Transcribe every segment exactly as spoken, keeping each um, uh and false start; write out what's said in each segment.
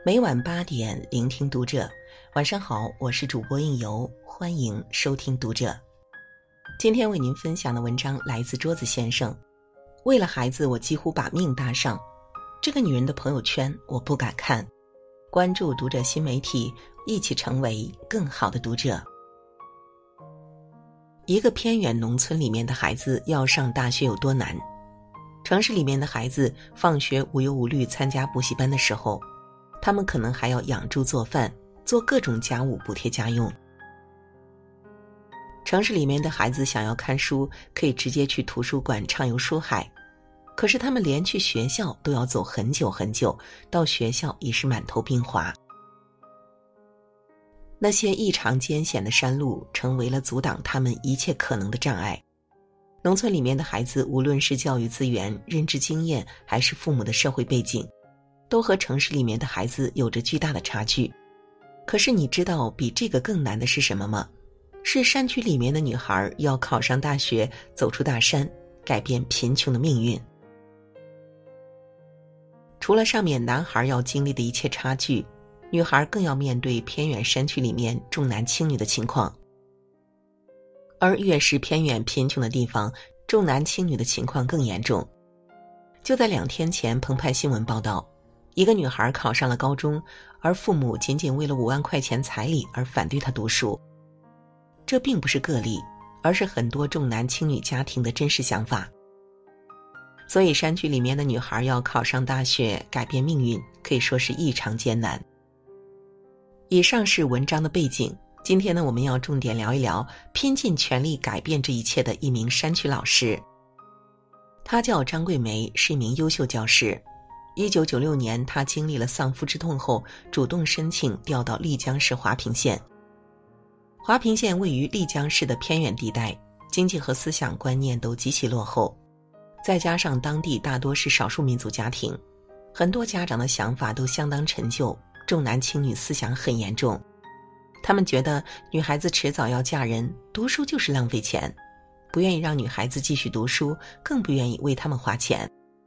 每晚八点聆听读者，晚上好，我是主播应由，欢迎收听读者。今天为您分享的文章来自桌子先生。为了孩子，我几乎把命搭上。这个女人的朋友圈我不敢看。关注读者新媒体，一起成为更好的读者。一个偏远农村里面的孩子要上大学有多难？城市里面的孩子放学无忧无虑参加补习班的时候，他们可能还要养猪做饭，做各种家务补贴家用。城市里面的孩子想要看书，可以直接去图书馆畅游书海，可是他们连去学校都要走很久很久，到学校也是满头冰滑。那些异常艰险的山路成为了阻挡他们一切可能的障碍。农村里面的孩子，无论是教育资源、认知经验，还是父母的社会背景，都和城市里面的孩子有着巨大的差距。可是你知道比这个更难的是什么吗？是山区里面的女孩要考上大学，走出大山，改变贫穷的命运。除了上面男孩要经历的一切差距，女孩更要面对偏远山区里面重男轻女的情况。而越是偏远贫穷的地方，重男轻女的情况更严重。就在两天前，澎湃新闻报道，一个女孩考上了高中，而父母仅仅为了五万块钱彩礼而反对她读书。这并不是个例，而是很多重男轻女家庭的真实想法。所以山区里面的女孩要考上大学，改变命运，可以说是异常艰难。以上是文章的背景，今天呢，我们要重点聊一聊拼尽全力改变这一切的一名山区老师。她叫张桂梅，是一名优秀教师。一九九六年，她经历了丧夫之痛后，主动申请调到丽江市华坪县。华坪县位于丽江市的偏远地带，经济和思想观念都极其落后，再加上当地大多是少数民族家庭，很多家长的想法都相当陈旧，重男轻女思想很严重。他们觉得女孩子迟早要嫁人，读书就是浪费钱，不愿意让女孩子继续读书，更不愿意为她们花钱。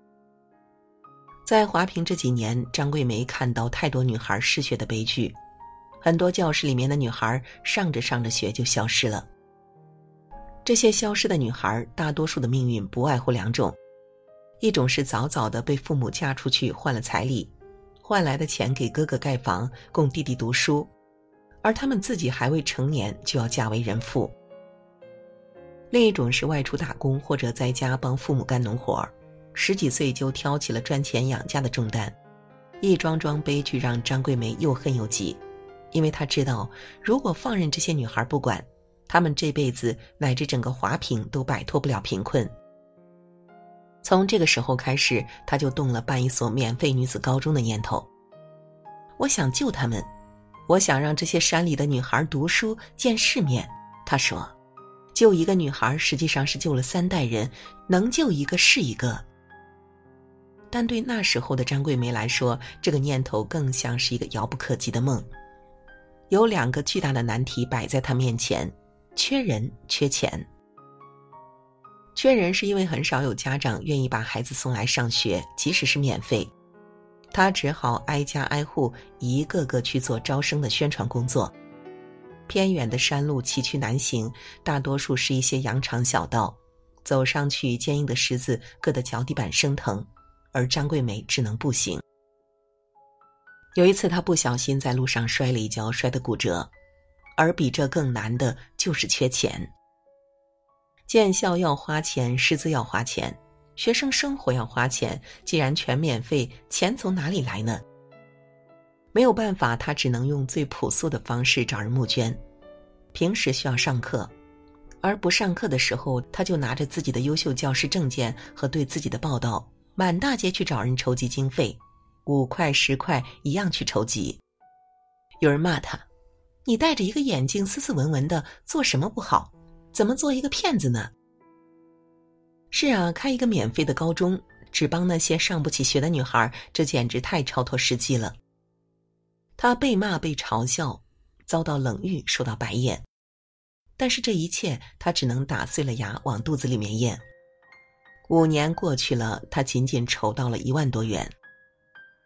在华坪这几年，张桂梅看到太多女孩失学的悲剧，很多教室里面的女孩上着上着学就消失了。这些消失的女孩大多数的命运不外乎两种，一种是早早的被父母嫁出去换了彩礼，换来的钱给哥哥盖房，供弟弟读书，而他们自己还未成年就要嫁为人妇。另一种是外出打工或者在家帮父母干农活，十几岁就挑起了赚钱养家的重担。一桩桩悲剧让张桂梅又恨又急，因为她知道如果放任这些女孩不管，她们这辈子乃至整个华坪都摆脱不了贫困。从这个时候开始，她就动了办一所免费女子高中的念头。我想救她们，我想让这些山里的女孩读书见世面。她说，救一个女孩实际上是救了三代人，能救一个是一个。但对那时候的张桂梅来说，这个念头更像是一个遥不可及的梦。有两个巨大的难题摆在她面前，缺人缺钱。缺人是因为很少有家长愿意把孩子送来上学，即使是免费。她只好挨家挨户一个个去做招生的宣传工作。偏远的山路崎岖难行，大多数是一些羊肠小道，走上去坚硬的石子硌得脚底板生疼，而张桂梅只能步行。有一次她不小心在路上摔了一跤，摔得骨折。而比这更难的就是缺钱。建校要花钱，师资要花钱，学生生活要花钱，既然全免费，钱从哪里来呢？没有办法，他只能用最朴素的方式找人募捐。平时需要上课，而不上课的时候，他就拿着自己的优秀教师证件和对自己的报道，满大街去找人筹集经费，五块十块一样去筹集。有人骂他，你戴着一个眼镜斯斯文文的，做什么不好？怎么做一个骗子呢？是啊，开一个免费的高中，只帮那些上不起学的女孩，这简直太超脱实际了。他被骂被嘲笑，遭到冷遇，受到白眼。但是这一切，他只能打碎了牙往肚子里面咽。五年过去了，他仅仅筹到了一万多元。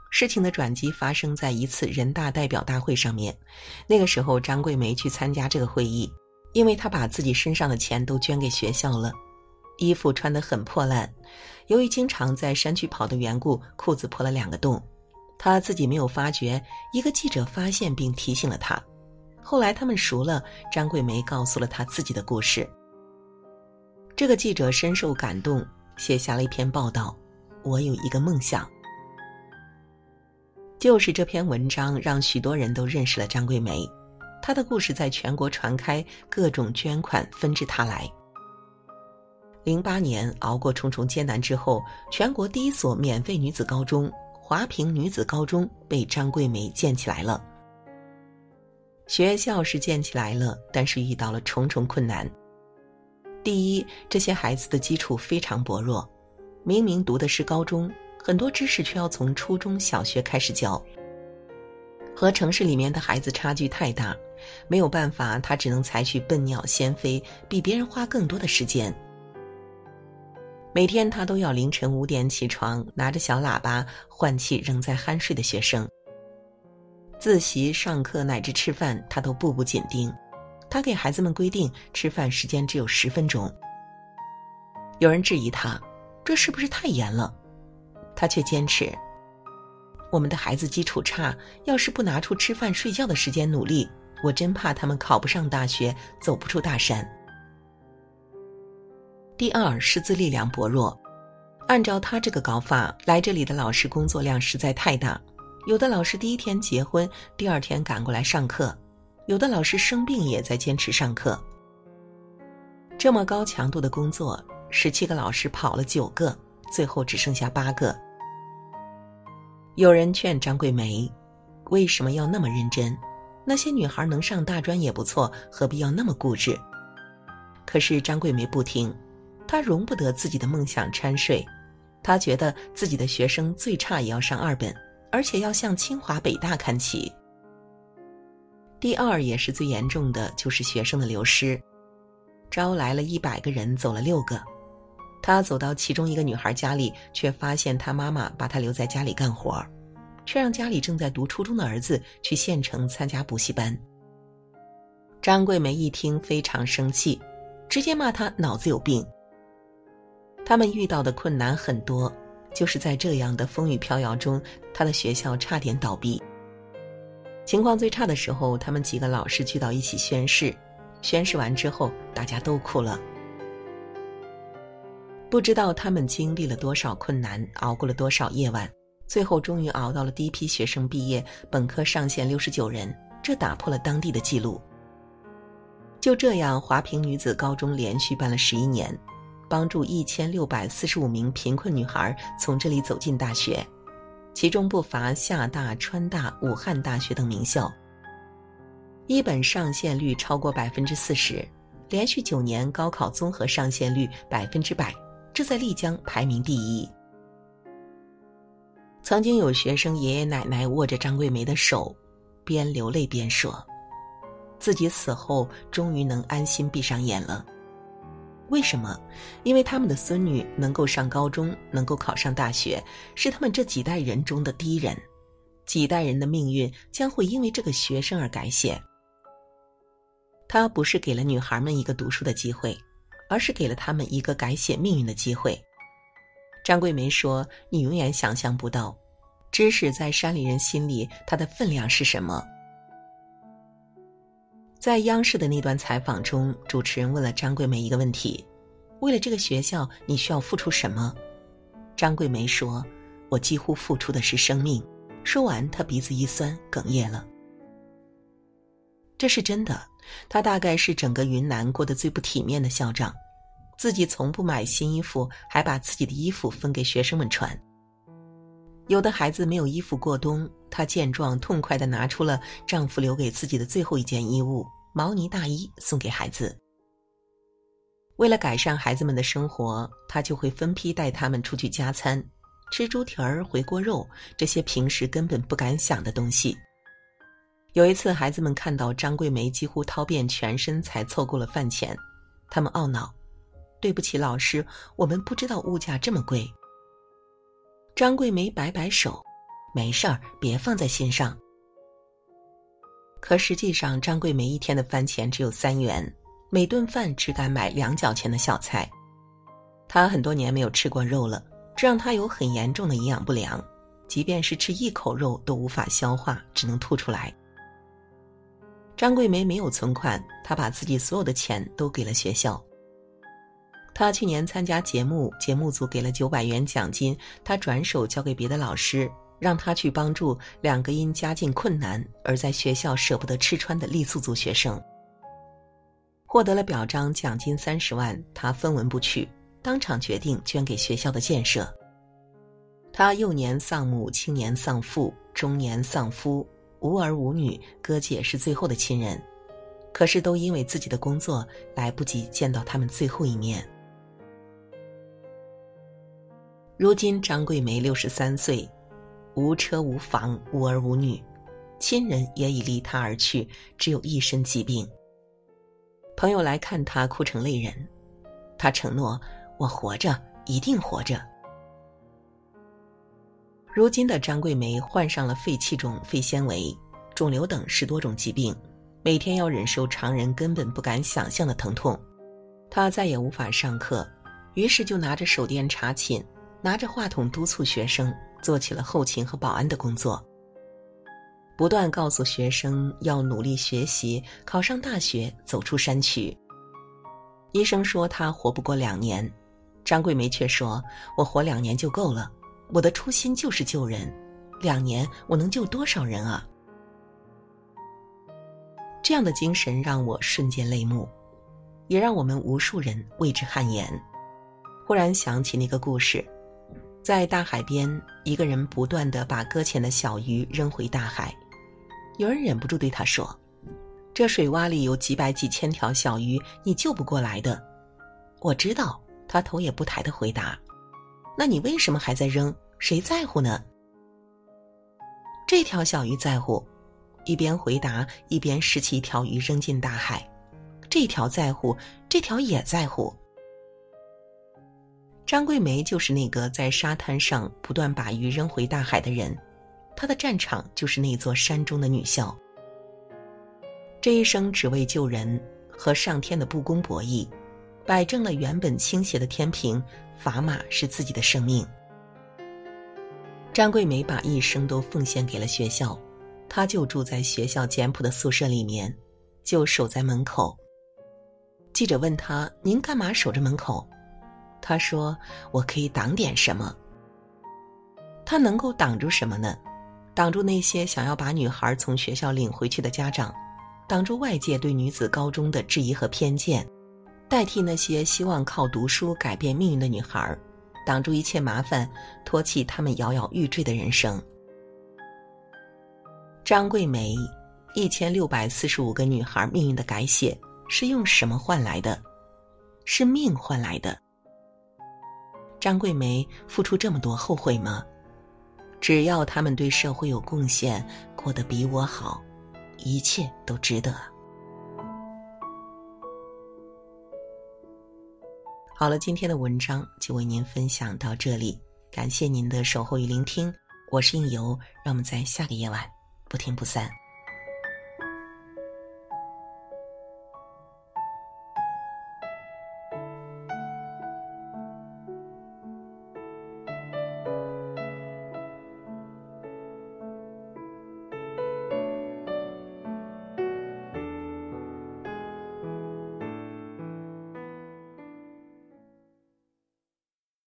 事情的转机发生在一次人大代表大会上面，那个时候张桂梅去参加这个会议，因为她把自己身上的钱都捐给学校了，衣服穿得很破烂，由于经常在山区跑的缘故，裤子破了两个洞。她自己没有发觉，一个记者发现并提醒了她。后来他们熟了，张桂梅告诉了她自己的故事。这个记者深受感动，写下了一篇报道，我有一个梦想。就是这篇文章让许多人都认识了张桂梅，她的故事在全国传开，各种捐款纷至沓来。零八年熬过重重艰难之后，全国第一所免费女子高中华坪女子高中被张桂梅建起来了。学校是建起来了，但是遇到了重重困难。第一，这些孩子的基础非常薄弱，明明读的是高中，很多知识却要从初中小学开始教，和城市里面的孩子差距太大，没有办法，他只能采取笨鸟先飞，比别人花更多的时间。每天他都要凌晨五点起床，拿着小喇叭唤起仍在酣睡的学生。自习、上课乃至吃饭，他都步步紧盯。他给孩子们规定吃饭时间只有十分钟。有人质疑他，这是不是太严了？他却坚持，我们的孩子基础差，要是不拿出吃饭睡觉的时间努力，我真怕他们考不上大学，走不出大山。第二，师资力量薄弱。按照他这个搞法，来这里的老师工作量实在太大，有的老师第一天结婚，第二天赶过来上课，有的老师生病也在坚持上课。这么高强度的工作，十七个老师跑了九个，最后只剩下八个。有人劝张桂梅，为什么要那么认真？那些女孩能上大专也不错，何必要那么固执？可是张桂梅不听，她容不得自己的梦想掺水，她觉得自己的学生最差也要上二本，而且要向清华北大看齐。第二也是最严重的就是学生的流失，招来了一百个人，走了六个。他走到其中一个女孩家里，却发现她妈妈把她留在家里干活，却让家里正在读初中的儿子去县城参加补习班。张桂梅一听非常生气，直接骂她脑子有病。他们遇到的困难很多，就是在这样的风雨飘摇中，她的学校差点倒闭。情况最差的时候，他们几个老师聚到一起宣誓，宣誓完之后大家都哭了。不知道他们经历了多少困难，熬过了多少夜晚，最后终于熬到了第一批学生毕业，本科上线六十九人，这打破了当地的记录。就这样，华坪女子高中连续办了十一年，帮助一千六百四十五名贫困女孩从这里走进大学，其中不乏厦大、川大、武汉大学等名校。一本上线率超过百分之四十，连续九年高考综合上线率百分之百，这在丽江排名第一。曾经有学生爷爷奶奶握着张桂梅的手，边流泪边说，自己死后终于能安心闭上眼了。为什么？因为他们的孙女能够上高中，能够考上大学，是他们这几代人中的第一人，几代人的命运将会因为这个学生而改写。他不是给了女孩们一个读书的机会，而是给了他们一个改写命运的机会。张桂梅说，你永远想象不到，知识在山里人心里它的分量是什么。在央视的那段采访中，主持人问了张桂梅一个问题，为了这个学校你需要付出什么？张桂梅说，我几乎付出的是生命。说完她鼻子一酸，哽咽了。这是真的，他大概是整个云南过得最不体面的校长，自己从不买新衣服，还把自己的衣服分给学生们穿。有的孩子没有衣服过冬，她见状痛快地拿出了丈夫留给自己的最后一件衣物毛呢大衣送给孩子。为了改善孩子们的生活，她就会分批带他们出去加餐，吃猪蹄儿、回锅肉，这些平时根本不敢想的东西。有一次孩子们看到张桂梅几乎掏遍全身才凑够了饭钱，他们懊恼，对不起老师，我们不知道物价这么贵。张桂梅摆摆手， 没事儿，别放在心上。可实际上，张桂梅一天的饭钱只有三元，每顿饭只敢买两角钱的小菜。她很多年没有吃过肉了，这让她有很严重的营养不良，即便是吃一口肉都无法消化，只能吐出来。张桂梅没有存款，她把自己所有的钱都给了学校。她去年参加节目，节目组给了九百元奖金，她转手交给别的老师，让她去帮助两个因家境困难而在学校舍不得吃穿的傈僳族学生。获得了表彰奖金三十万，她分文不取，当场决定捐给学校的建设。她幼年丧母，青年丧父，中年丧夫，无儿无女，哥姐是最后的亲人，可是都因为自己的工作来不及见到他们最后一面。如今张桂梅六十三岁，无车无房，无儿无女，亲人也已离她而去，只有一身疾病。朋友来看她，哭成泪人。她承诺，我活着，一定活着。如今的张桂梅患上了肺气肿、肺纤维、肿瘤等十多种疾病，每天要忍受常人根本不敢想象的疼痛。她再也无法上课，于是就拿着手电查寝，拿着话筒督促学生，做起了后勤和保安的工作，不断告诉学生要努力学习，考上大学，走出山区。医生说她活不过两年，张桂梅却说，我活两年就够了，我的初心就是救人，两年我能救多少人啊？这样的精神让我瞬间泪目，也让我们无数人为之汗颜。忽然想起那个故事，在大海边，一个人不断地把搁浅的小鱼扔回大海，有人忍不住对他说，这水洼里有几百几千条小鱼，你救不过来的。我知道，他头也不抬地回答，那你为什么还在扔？谁在乎呢？这条小鱼在乎，一边回答一边拾起一条鱼扔进大海。这条在乎，这条也在乎。张桂梅就是那个在沙滩上不断把鱼扔回大海的人，她的战场就是那座山中的女校。这一生只为救人，和上天的不公博弈，摆正了原本倾斜的天平，砝码是自己的生命。张桂梅把一生都奉献给了学校，她就住在学校简朴的宿舍里面，就守在门口。记者问她，您干嘛守着门口？她说，我可以挡点什么。她能够挡住什么呢？挡住那些想要把女孩从学校领回去的家长，挡住外界对女子高中的质疑和偏见，代替那些希望靠读书改变命运的女孩，挡住一切麻烦，托起他们摇摇欲坠的人生。张桂梅一千六百四十五个女孩命运的改写，是用什么换来的？是命换来的。张桂梅付出这么多，后悔吗？只要他们对社会有贡献，过得比我好，一切都值得。好了，今天的文章就为您分享到这里，感谢您的守候与聆听，我是应由，让我们在下个夜晚不听不散。